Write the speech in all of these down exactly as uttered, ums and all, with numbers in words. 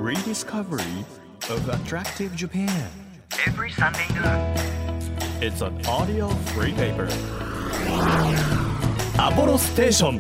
rediscovery of attractive Japan. Every Sunday noon. It's an audio free paper. Apollo Station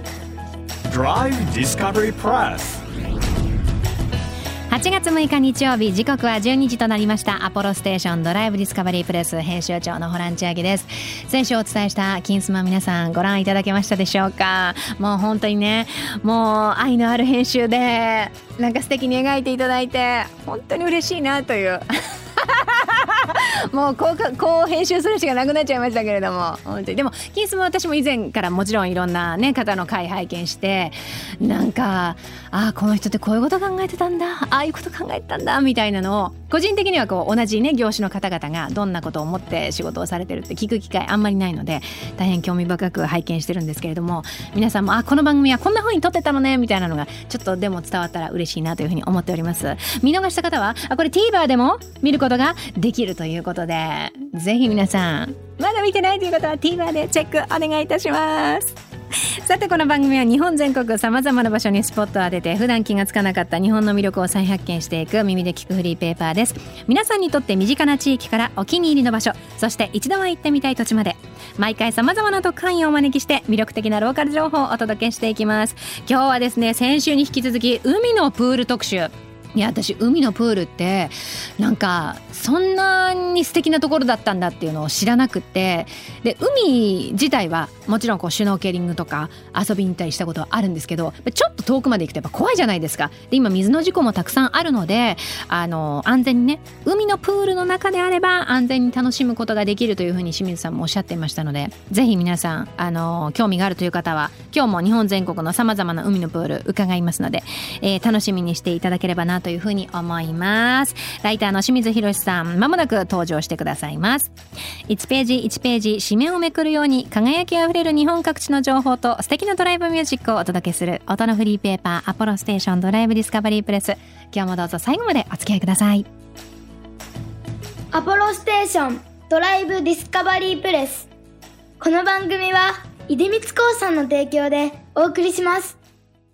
Drive Discovery Press。 はちがつむいか日曜日、時刻はじゅうにじとなりました。アポロステーションドライブディスカバリープレス編集長のホラン千秋です。先週お伝えした金スマ皆さんご覧いただけましたでしょうか。もう本当にね、もう愛のある編集でなんか素敵に描いていただいて本当に嬉しいなというもうこうかこう編集するしかなくなっちゃいましたけれども、本当にでも金スマ私も以前からもちろんいろんな、ね、方の回拝見して、なんかああこの人ってこういうこと考えてたんだ、ああいうこと考えてたんだみたいなのを個人的にはこう同じ、ね、業種の方々がどんなことを思って仕事をされてるって聞く機会あんまりないので大変興味深く拝見してるんですけれども、皆さんもあこの番組はこんな風に撮ってたのねみたいなのがちょっとでも伝わったら嬉しいなというふうに思っております。見逃した方はあこれ TVer でも見ることができるということで、ぜひ皆さんまだ見てないという方は TVer でチェックお願いいたします。さてこの番組は日本全国さまざまな場所にスポットを当てて普段気がつかなかった日本の魅力を再発見していく耳で聞くフリーペーパーです。皆さんにとって身近な地域からお気に入りの場所、そして一度は行ってみたい土地まで、毎回さまざまな特派員をお招きして魅力的なローカル情報をお届けしていきます。今日はですね、先週に引き続き海のプール特集。いや私海のプールってなんかそんなに素敵なところだったんだっていうのを知らなくて、で海自体はもちろんこうシュノーケリングとか遊びに行ったりしたことはあるんですけど、ちょっと遠くまで行くとやっぱ怖いじゃないですか。で今水の事故もたくさんあるので、あの安全にね、海のプールの中であれば安全に楽しむことができるというふうに清水さんもおっしゃっていましたので、ぜひ皆さんあの興味があるという方は今日も日本全国のさまざまな海のプール伺いますので、えー、楽しみにしていただければなというふうに思います。ライターの清水宏さん、まもなく登場してくださいます。いちページいちページ紙面をめくるように輝きあふれる日本各地の情報と素敵なドライブミュージックをお届けする音のフリーペーパーアポロステーションドライブディスカバリープレス。今日もどうぞ最後までお付き合いください。 アポロステーションドライブディスカバリープレス。この番組は出光興産の提供でお送りします。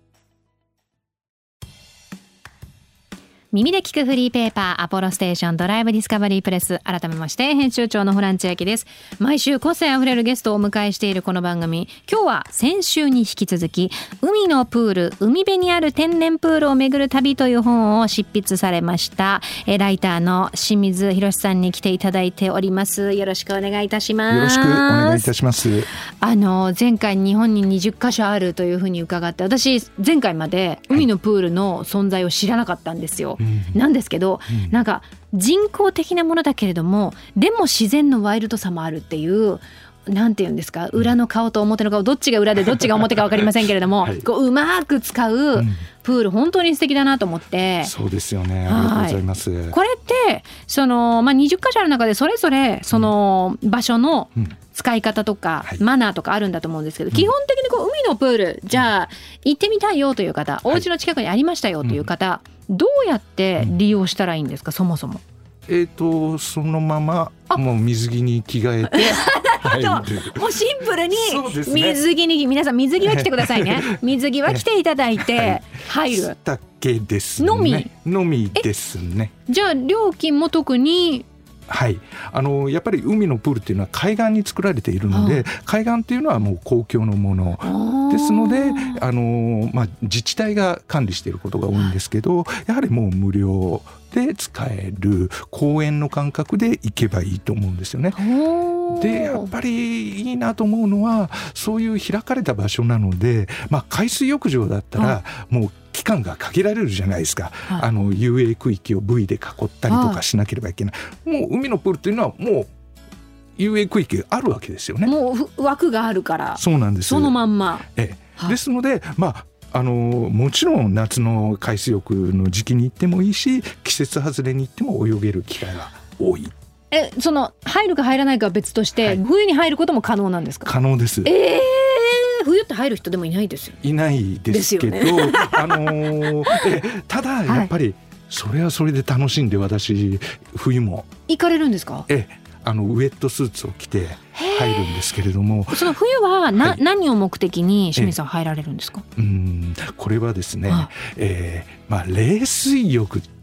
耳で聞くフリーペーパーアポロステーションドライブディスカバリープレス。改めまして編集長のホラン千秋です。毎週個性あふれるゲストをお迎えしているこの番組、今日は先週に引き続き海のプール、海辺にある天然プールを巡る旅という本を執筆されましたえライターの清水宏さんに来ていただいております。よろしくお願いいたします。 よろしくお願いいたします。 あの前回日本ににじゅっかしょあるというふうに伺って、私前回まで海のプールの存在を知らなかったんですよ、はい、なんですけど、うん、なんか人工的なものだけれどもでも自然のワイルドさもあるっていう、なんていうんですか、裏の顔と表の顔どっちが裏でどっちが表か分かりませんけれども、はい、こううまく使うプール本当に素敵だなと思って、 うん、そうですよね、ありがとうございます、はい、 これってその、まあ、にじゅっかしょある中でそれぞれその場所の使い方とか、うん、マナーとかあるんだと思うんですけど、はい、基本的にこう海のプールじゃあ行ってみたいよという方、はい、お家の近くにありましたよという方、うん、どうやって利用したらいいんですか、そもそも。 えーと、そのままもう水着に着替えてなるほど、もうシンプルに水着に、ね、皆さん水着は着てくださいね水着は着ていただいて入るだけですね。 のみのみですね。 じゃあ料金も特に、 はい、あのやっぱり海のプールっていうのは海岸に作られているので、海岸っていうのはもう公共のものですので、あの、まあ、自治体が管理していることが多いんですけど、やはりもう無料で使える公園の感覚で行けばいいと思うんですよね。でやっぱりいいなと思うのはそういう開かれた場所なので、まあ、海水浴場だったらもう期間が限られるじゃないですか、はい、あの遊泳区域を ブイ で囲ったりとかしなければいけない、はい、もう海のプールというのはもう遊泳区域があるわけですよね。 もう枠があるから。 そうなんです。 そのまんま、 ええ、はい、ですので、まああのもちろん夏の海水浴の時期に行ってもいいし、季節外れに行っても泳げる機会が多い。 えその入るか入らないかは別として、はい、冬に入ることも可能なんですか。 可能です。 えー、冬って入る人でもいないですよ。 いないですけど、 ですよね、 あのえただやっぱり、はい、それはそれで楽しんで、私冬も行かれるんですか。 えあのウェットスーツを着て入るんですけれども、 その冬はな、はい、何を目的に清水さん入られるんですか。 うんこれはですね、ああえーまあ、冷水浴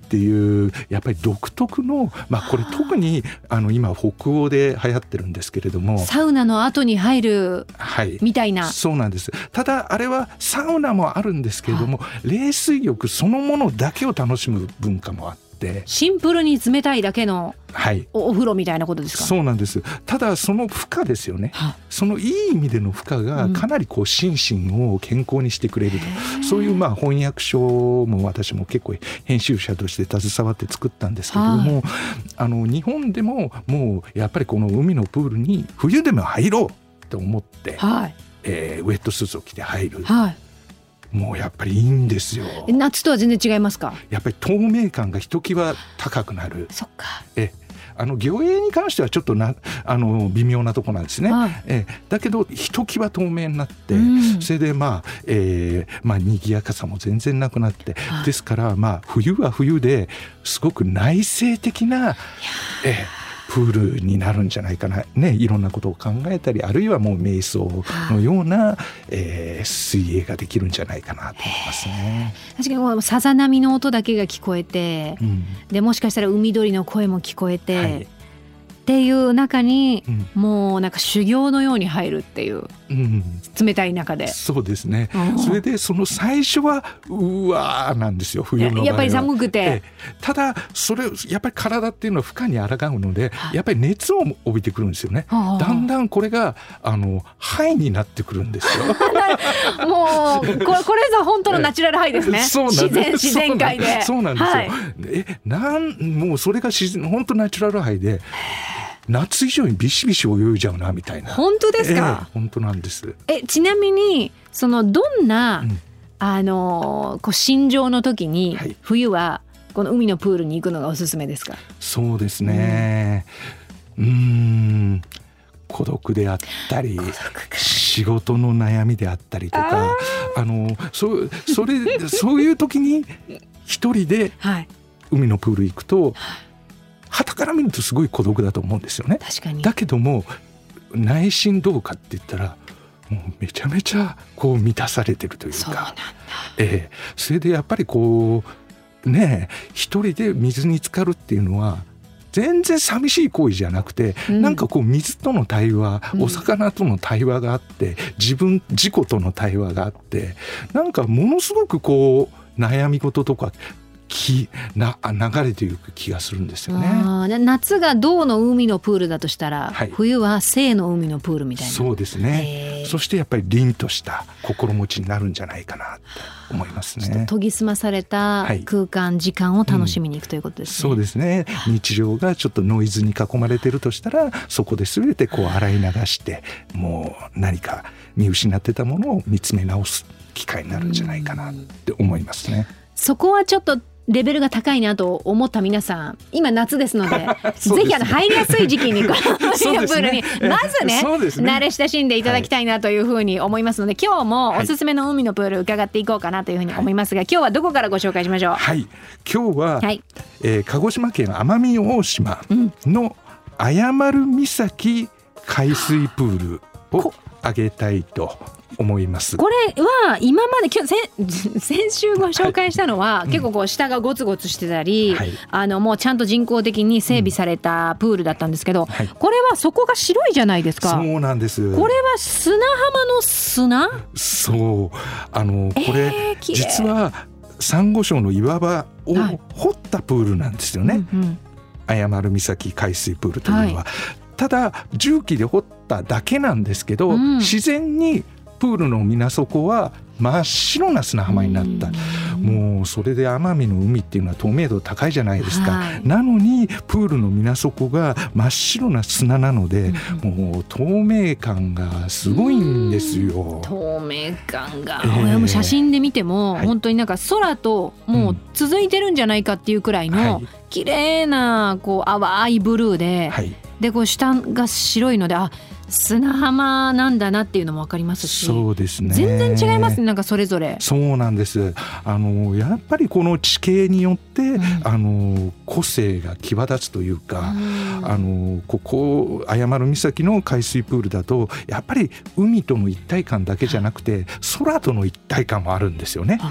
っていうやっぱり独特の、まあ、これ特にあの今北欧で流行ってるんですけれども、 サウナの後に入るみたいな、 はい、そうなんです。ただあれはサウナもあるんですけれども、冷水浴そのものだけを楽しむ文化もあって、 シンプルに冷たいだけの お,、 はい、 お風呂みたいなことですか？ そうなんです。ただその負荷ですよね、そのいい意味での負荷がかなりこう心身を健康にしてくれると、うん、そういうまあ翻訳書も私も結構編集者として携わって作ったんですけれども、あの日本でももうやっぱりこの海のプールに冬でも入ろうと思って、はい、えー、ウェットスーツを着て入る、はい、もうやっぱりいいんですよ。 夏とは全然違いますか？ やっぱり透明感がひときわ高くなる。 そっか。 えあの魚影に関してはちょっとなあの微妙なとこなんですね、はい、えだけどひときわ透明になって、うん、それでまあ、えーまあ、賑やかさも全然なくなって、はい、ですからまあ冬は冬ですごく内省的なえープールになるんじゃないかな、ね、いろんなことを考えたり、あるいはもう瞑想のような、えー、水泳ができるんじゃないかなと思いますね。 確かにもうさざ波の音だけが聞こえて、うん、でもしかしたら海鳥の声も聞こえて、はい、っていう中に、うん、もうなんか修行のように入るっていう、うん、冷たい中で。 そうですね。それでその最初はうわーなんですよ、冬の場合は。 やっぱり寒くて、えただそれやっぱり体っていうのは負荷に抗うので、やっぱり熱を帯びてくるんですよね。だんだんこれがあのハイになってくるんですよ。 もうこれ、これぞ本当のナチュラルハイですね。そうなんです。自然自然界で。 そうなんですよ。はい、えなんもうそれが自然本当ナチュラルハイで。夏以上にビシビシ泳いじゃうなみたいな。 本当ですか？ えー、本当なんです。 えちなみにそのどんな、うん、あのこう心情の時に、はい、冬はこの海のプールに行くのがおすすめですか？ そうですね、うん、うーん孤独であったり仕事の悩みであったりとか、あの そ, そ, れそういう時に一人で海のプール行くと、はい、傍から見るとすごい孤独だと思うんですよね。 確かに。 だけども内心どうかって言ったらもうめちゃめちゃこう満たされてるというか、 そうなんだ、 えー、それでやっぱりこうね一人で水に浸かるっていうのは全然寂しい行為じゃなくて、うん、なんかこう水との対話、うん、お魚との対話があって自分自己との対話があって、なんかものすごくこう悩み事とか気な流れていく気がするんですよね。 あ夏が銅の海のプールだとしたら、はい、冬は正の海のプールみたいな。 そうですね。そしてやっぱり凛とした心持ちになるんじゃないかなと思いますね。 ちょっと研ぎ澄まされた空間、はい、時間を楽しみに行くということですね、 うん、そうですね。日常がちょっとノイズに囲まれてるとしたらそこで全てこう洗い流してもう何か見失ってたものを見つめ直す機会になるんじゃないかなって思いますね。 そこはちょっとレベルが高いなと思った皆さん、今夏ですの で, で、ね、ぜひあの入りやすい時期にこの海のプールにまず ね, ね慣れ親しんでいただきたいなというふうに思いますので、今日もおすすめの海のプール伺っていこうかなというふうに思いますが、はい、今日はどこからご紹介しましょう？ はい、今日は、はいえー、鹿児島県奄美大島の綾丸岬海水プールをあげたいと思います。 これは今まで今日先週ご紹介したのは、はい、結構こう下がゴツゴツしてたり、うん、あのもうちゃんと人工的に整備されたプールだったんですけど、うんはい、これは底が白いじゃないですか。 そうなんです。 これは砂浜の砂？ そうあのこれ、えー、実はサンゴ礁の岩場を掘ったプールなんですよね、はいうんうん、綾丸岬海水プールというのは、はい、ただ重機で掘っただけなんですけど、うん、自然にプールの水底は真っ白な砂浜になった。もうそれで奄美の海っていうのは透明度高いじゃないですか、はい、なのにプールの水底が真っ白な砂なので、うん、もう透明感がすごいんですよ。 透明感が、えー、もう写真で見ても、はい、本当になんか空ともう続いてるんじゃないかっていうくらいの綺麗なこう淡いブルーで、はい、でこう下が白いので、あ砂浜なんだなっていうのも分かりますし、 そうですね、 全然違いますね。なんかそれぞれそうなんです。あのやっぱりこの地形によって、うん、あの個性が際立つというか、うん、あのここ綾丸岬の海水プールだとやっぱり海との一体感だけじゃなくて空との一体感もあるんですよね。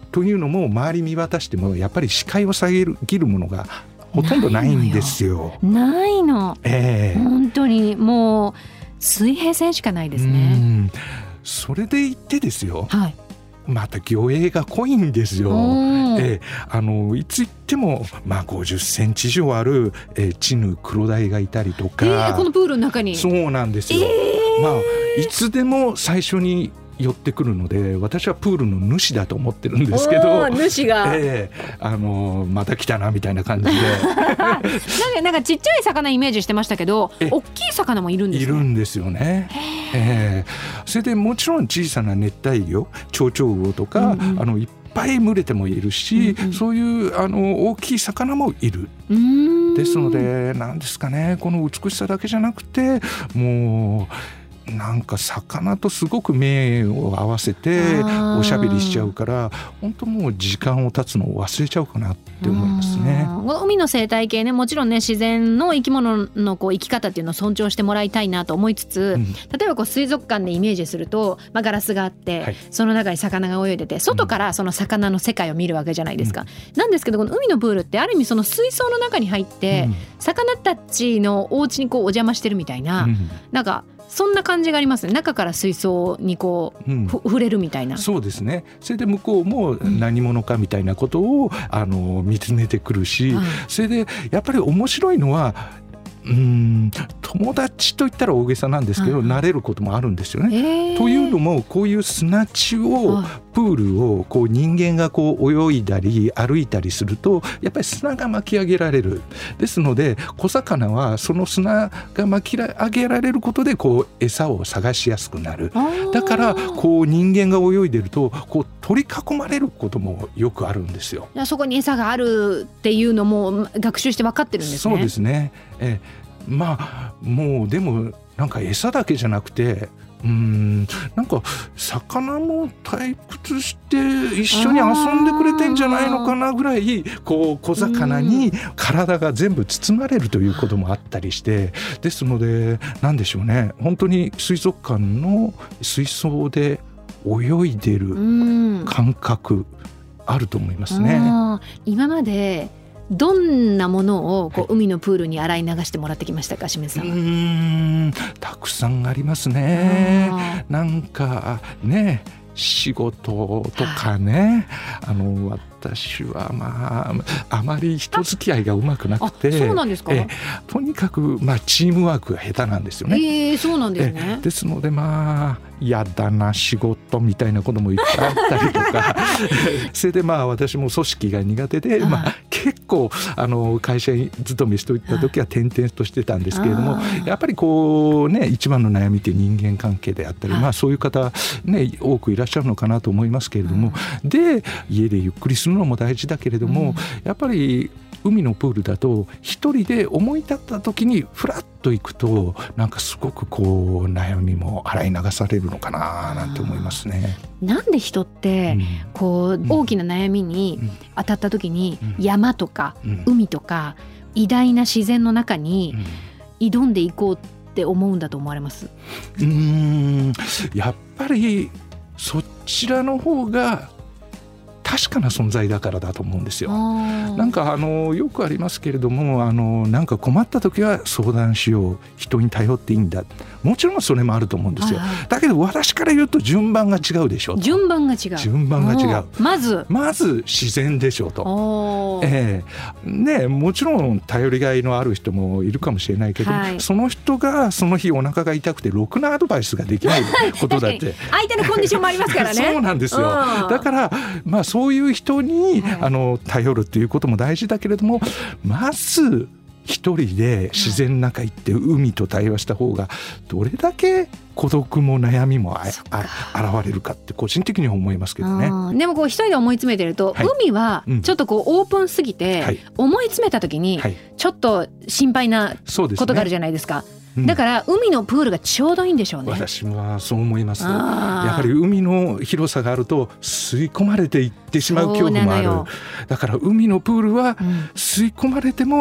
というのも周り見渡してもやっぱり視界を遮るものがほとんどないんですよ。 ないの、 えー、 本当にもう水平線しかないですね。 うん、それでいってですよ、 はい、 また魚影が濃いんですよ。えー、あのいつ行っても、まあ、ごじゅっセンチ以上ある、えー、チヌクロダイがいたりとか、 えー、このプールの中に。 そうなんですよ、えーまあ、いつでも最初に寄ってくるので私はプールの主だと思ってるんですけど、 主が、 えー、あのまた来たなみたいな感じでなんか、なんかちっちゃい魚イメージしてましたけど大きい魚もいるんですね。 いるんですよね。えー、それでもちろん小さな熱帯魚蝶々魚とか、うんうん、あのいっぱい群れてもいるし、うんうん、そういうあの大きい魚もいる。うーんですので何ですかね、この美しさだけじゃなくてもうなんか魚とすごく目を合わせておしゃべりしちゃうから本当もう時間を経つのを忘れちゃうかなって思いますね。 海の生態系ね、もちろんね自然の生き物のこう生き方っていうのを尊重してもらいたいなと思いつつ、うん、例えばこう水族館でイメージすると、まあ、ガラスがあって、はい、その中に魚が泳いでて外からその魚の世界を見るわけじゃないですか、うん、なんですけどこの海のプールってある意味その水槽の中に入って、うん、魚たちのお家にこうお邪魔してるみたいな、うん、なんかそんな感じがありますね。中から水槽にこう、うん、触れるみたいな。そうですね。 それで向こうも何者かみたいなことを、うん、あの見つめてくるし、うん、それでやっぱり面白いのはうーん友達といったら大げさなんですけど、うん、慣れることもあるんですよね、えー、というのもこういう砂地をプールをこう人間がこう泳いだり歩いたりするとやっぱり砂が巻き上げられる。ですので小魚はその砂が巻き上げられることでこう餌を探しやすくなる。だからこう人間が泳いでるとこう取り囲まれることもよくあるんですよ。 そこに餌があるっていうのも学習して分かってるんですね。 そうですね。えまあもうでもなんか餌だけじゃなくてうーんなんか魚も退屈して一緒に遊んでくれてんじゃないのかなぐらいこう小魚に体が全部包まれるということもあったりして、ですのでなんでしょうね、本当に水族館の水槽で泳いでる感覚あると思いますね。 今までどんなものをこう海のプールに洗い流してもらってきましたか、清水さんは。 うーんたくさんありますね。なんかね仕事とかね、あの私はまああまり人付き合いがうまくなくて、 そうなんですか。 えとにかくまあチームワークが下手なんですよね。 えー、そうなんですね。 ですのでまあやだな仕事みたいなこともいっぱいあったりとかそれでまあ私も組織が苦手で、まあ、結構あの会社に勤めしておいた時は転々としてたんですけれども、やっぱりこうね一番の悩みって人間関係であったり、まあそういう方ね多くいらっしゃるのかなと思いますけれども、で家でゆっくりするのも大事だけれども、やっぱり海のプールだと一人で思い立った時にフラッと行くとなんかすごくこう悩みも洗い流されるのかななんて思いますね。 なんで人ってこう大きな悩みに当たった時に山とか海とか偉大な自然の中に挑んでいこうって思うんだと思われます？ うーんやっぱりそちらの方が確かな存在だからだと思うんですよ。なんかあのよくありますけれども、あのなんか困った時は相談しよう、人に頼っていいんだ、もちろんそれもあると思うんですよ。だけど私から言うと順番が違うでしょと。 順番が違う順番が違うまずまず自然でしょと、えーね、もちろん頼りがいのある人もいるかもしれないけど、はい、その人がその日お腹が痛くてろくなアドバイスができないことだって相手のコンディションもありますからねそうなんですよ。だからまあそういう人に、はい、あの頼るっていうことも大事だけれども、まず一人で自然の中行って海と対話した方がどれだけ孤独も悩みもああ現れるかって個人的には思いますけどね。 でもこう一人で思い詰めてると、はい、海はちょっとこうオープンすぎて、はい、思い詰めた時にちょっと心配なことがあるじゃないですか。だから海のプールがちょうどいいんでしょうね。 私はそう思います。やはり海の広さがあると吸い込まれていってしまう恐怖もある。だから海のプールは吸い込まれても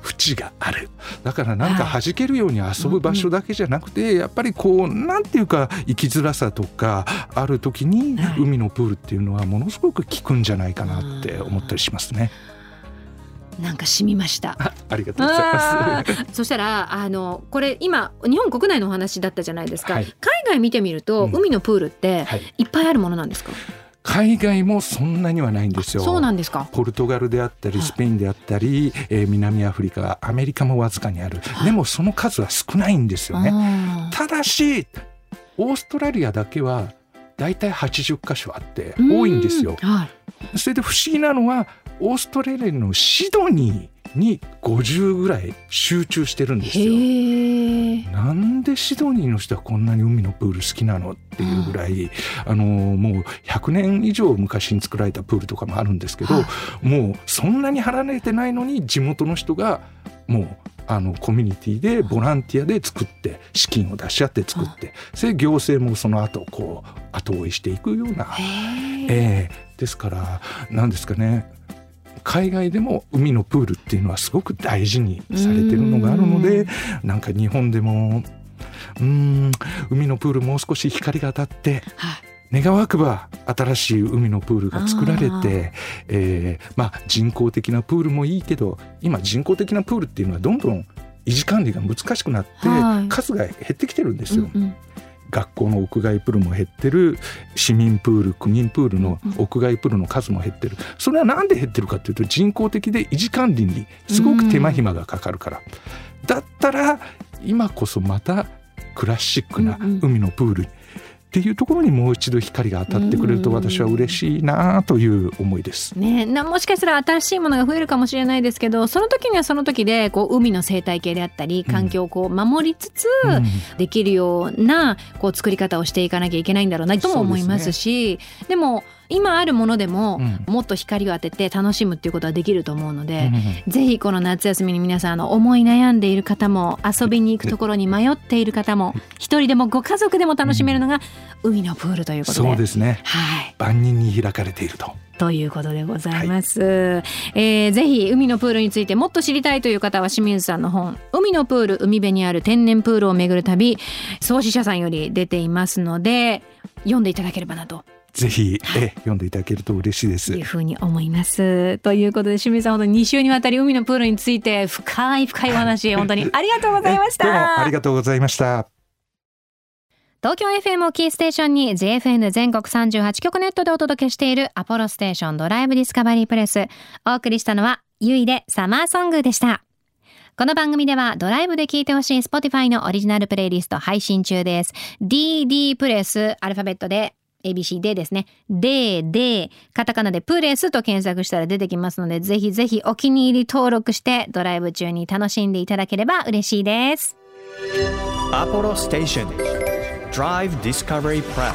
縁がある。だからなんか弾けるように遊ぶ場所だけじゃなくて、はい、やっぱりこうなんていうか生きづらさとかある時に海のプールっていうのはものすごく効くんじゃないかなって思ったりしますね。 なんか染みました。 あ, ありがとうございますそしたらあのこれ今日本国内のお話だったじゃないですか、はい、海外見てみると、うん、海のプールっていっぱいあるものなんですか？ 海外もそんなにはないんですよ。 そうなんですか。 ポルトガルであったりスペインであったり、はい、えー、南アフリカ、アメリカもわずかにある。でもその数は少ないんですよね。ただしオーストラリアだけはだいたいはちじゅっかしょあって多いんですよ、はい、それで不思議なのはオーストラリアのシドニーにごじゅうぐらい集中してるんですよ。なんでシドニーの人はこんなに海のプール好きなのっていうぐらい、うん、あのもうひゃくねん以上昔に作られたプールとかもあるんですけど、はい、もうそんなに離れてないのに地元の人がもうあのコミュニティでボランティアで作って資金を出し合って作って、それ行政もその後こう後追いしていくような、えー、ですからなんですかね、海外でも海のプールっていうのはすごく大事にされてるのがあるので、なんか日本でもうーん海のプールもう少し光が当たって、はい、願わくば新しい海のプールが作られて、えーまあ、人工的なプールもいいけど今人工的なプールっていうのはどんどん維持管理が難しくなって、はい、数が減ってきてるんですよ、うんうん、学校の屋外プールも減ってる、市民プール区民プールの屋外プールの数も減ってる。それはなんで減ってるかというと人工的で維持管理にすごく手間暇がかかるから、うん、だったら今こそまたクラシックな海のプール、うんうんっていうところにもう一度光が当たってくれると私は嬉しいなという思いです、ね、 なもしかしたら新しいものが増えるかもしれないですけど、その時にはその時でこう海の生態系であったり環境をこう守りつつできるようなこう作り方をしていかなきゃいけないんだろうなとも思いますし、 で, す、ね、でも今あるものでももっと光を当てて楽しむっていうことはできると思うので、うん、ぜひこの夏休みに皆さんあの思い悩んでいる方も遊びに行くところに迷っている方も一人でもご家族でも楽しめるのが海のプールということで、 そうですね、はい、万人に開かれているとということでございます、はい、えー、ぜひ海のプールについてもっと知りたいという方は清水さんの本海のプール海辺にある天然プールを巡る旅、創始者さんより出ていますので読んでいただければなと、 ぜひ、はい、え読んでいただけると嬉しいです。 というふうに思います。ということで清水さん本当にに週にわたり海のプールについて深い深いお話本当にありがとうございました。 どうもありがとうございました。 東京 エフエム をキーステーションに ジェイエフエヌ 全国さんじゅうはちきょくネットでお届けしているアポロステーションドライブディスカバリープレス、お送りしたのはゆいでサマーソングでした。この番組ではドライブで聴いてほしい Spotify のオリジナルプレイリスト配信中です。 ディーディー プレスアルファベットで エービーシー でですね、ででカタカナでプレスと検索したら出てきますので、ぜひぜひお気に入り登録してドライブ中に楽しんでいただければ嬉しいです。 アポロステーションDrive Discovery Press。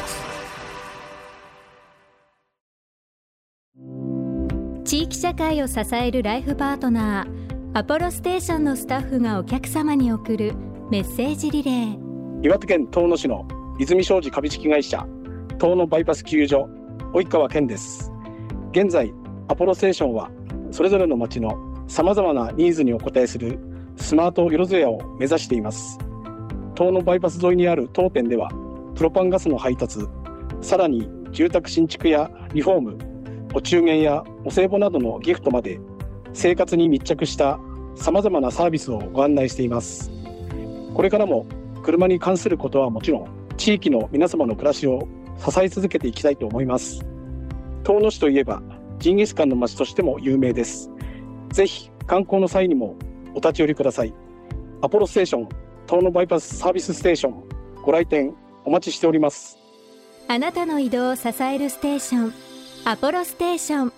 地域社会を支えるライフパートナーアポロステーションのスタッフがお客様に送るメッセージリレー。 岩手県遠野市の泉商事株式会社遠野バイパス給油所及川健です。現在アポロステーションはそれぞれの町のさまざまなニーズにお応えするスマートよろずやを目指しています。遠野バイパス沿いにある当店ではプロパンガスの配達、さらに住宅新築やリフォーム、お中元やお歳暮などのギフトまで生活に密着したさまざまなサービスをご案内しています。これからも車に関することはもちろん地域の皆様の暮らしを支え続けていきたいと思います。遠野市といえばジンギスカンの街としても有名です。ぜひ観光の際にもお立ち寄りください。アポロステーション遠野バイパスサービスステーション、ご来店お待ちしております。 あなたの移動を支えるステーション、アポロステーション。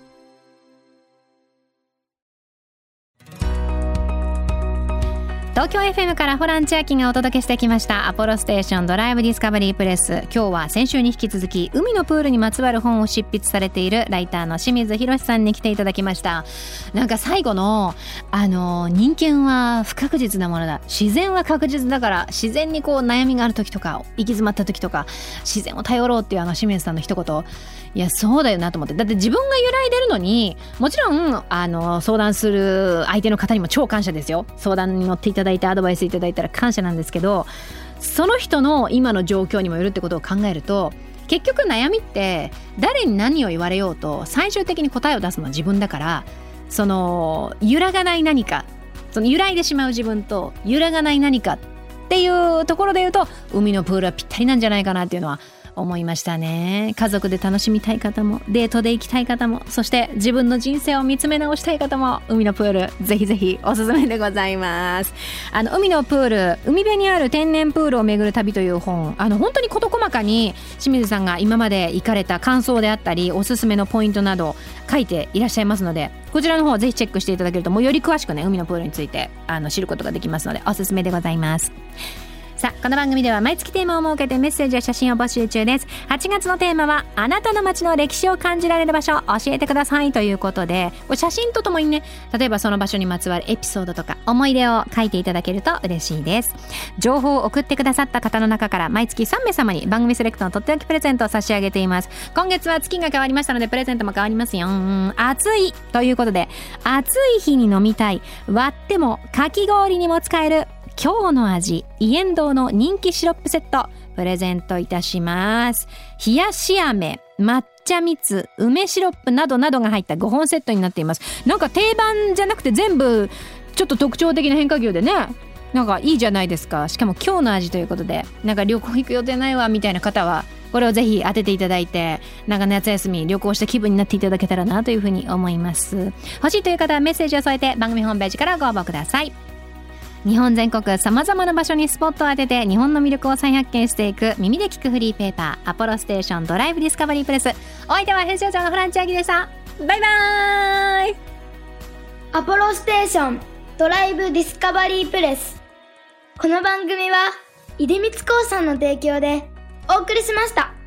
東京 エフエム からホラン千秋がお届けしてきましたアポロステーションドライブディスカバリープレス。今日は先週に引き続き海のプールにまつわる本を執筆されているライターの清水博さんに来ていただきました。なんか最後のあの人間は不確実なものだ、自然は確実だから自然にこう悩みがある時とか行き詰まった時とか自然を頼ろうっていうあの清水さんの一言、 いやそうだよなと思って。だって自分が揺らいでるのに、もちろんあの相談する相手の方にも超感謝ですよ。相談に乗っていただいてアドバイスいただいたら感謝なんですけど、その人の今の状況にもよるってことを考えると、結局悩みって誰に何を言われようと最終的に答えを出すのは自分だから、その揺らがない何か、その揺らいでしまう自分と揺らがない何かっていうところで言うと、海のプールはぴったりなんじゃないかなっていうのは思いましたね。家族で楽しみたい方も、デートで行きたい方も、そして自分の人生を見つめ直したい方も、海のプールぜひぜひおすすめでございます。あの海のプール、海辺にある天然プールを巡る旅という本、あの本当に事細かに清水さんが今まで行かれた感想であったりおすすめのポイントなど書いていらっしゃいますので、こちらの方をぜひチェックしていただけると、もうより詳しくね海のプールについてあの知ることができますのでおすすめでございます。さあこの番組では毎月テーマを設けてメッセージや写真を募集中です。はちがつのテーマはあなたの街の歴史を感じられる場所教えてくださいということで、これ写真とともにね、例えばその場所にまつわるエピソードとか思い出を書いていただけると嬉しいです。情報を送ってくださった方の中から毎月さんめいさまに番組セレクトのとっておきプレゼントを差し上げています。今月は月が変わりましたのでプレゼントも変わりますよ。暑いということで、暑い日に飲みたい、割ってもかき氷にも使える今日の味イエンドウの人気シロップセットプレゼントいたします。冷やし飴、抹茶蜜、梅シロップなどなどが入ったごほんセットになっています。なんか定番じゃなくて全部ちょっと特徴的な変化球でね、なんかいいじゃないですか。しかも今日の味ということで、なんか旅行行く予定ないわみたいな方はこれをぜひ当てていただいて、長野夏休み旅行した気分になっていただけたらなというふうに思います。欲しいという方はメッセージを添えて番組ホームページからご応募ください。日本全国さまざまな場所にスポットを当てて日本の魅力を再発見していく耳で聞くフリーペーパー、アポロステーションドライブディスカバリープレス。お相手は編集長のホラン千秋でした。バイバーイ。 アポロステーションドライブディスカバリープレス。この番組は出光興産の提供でお送りしました。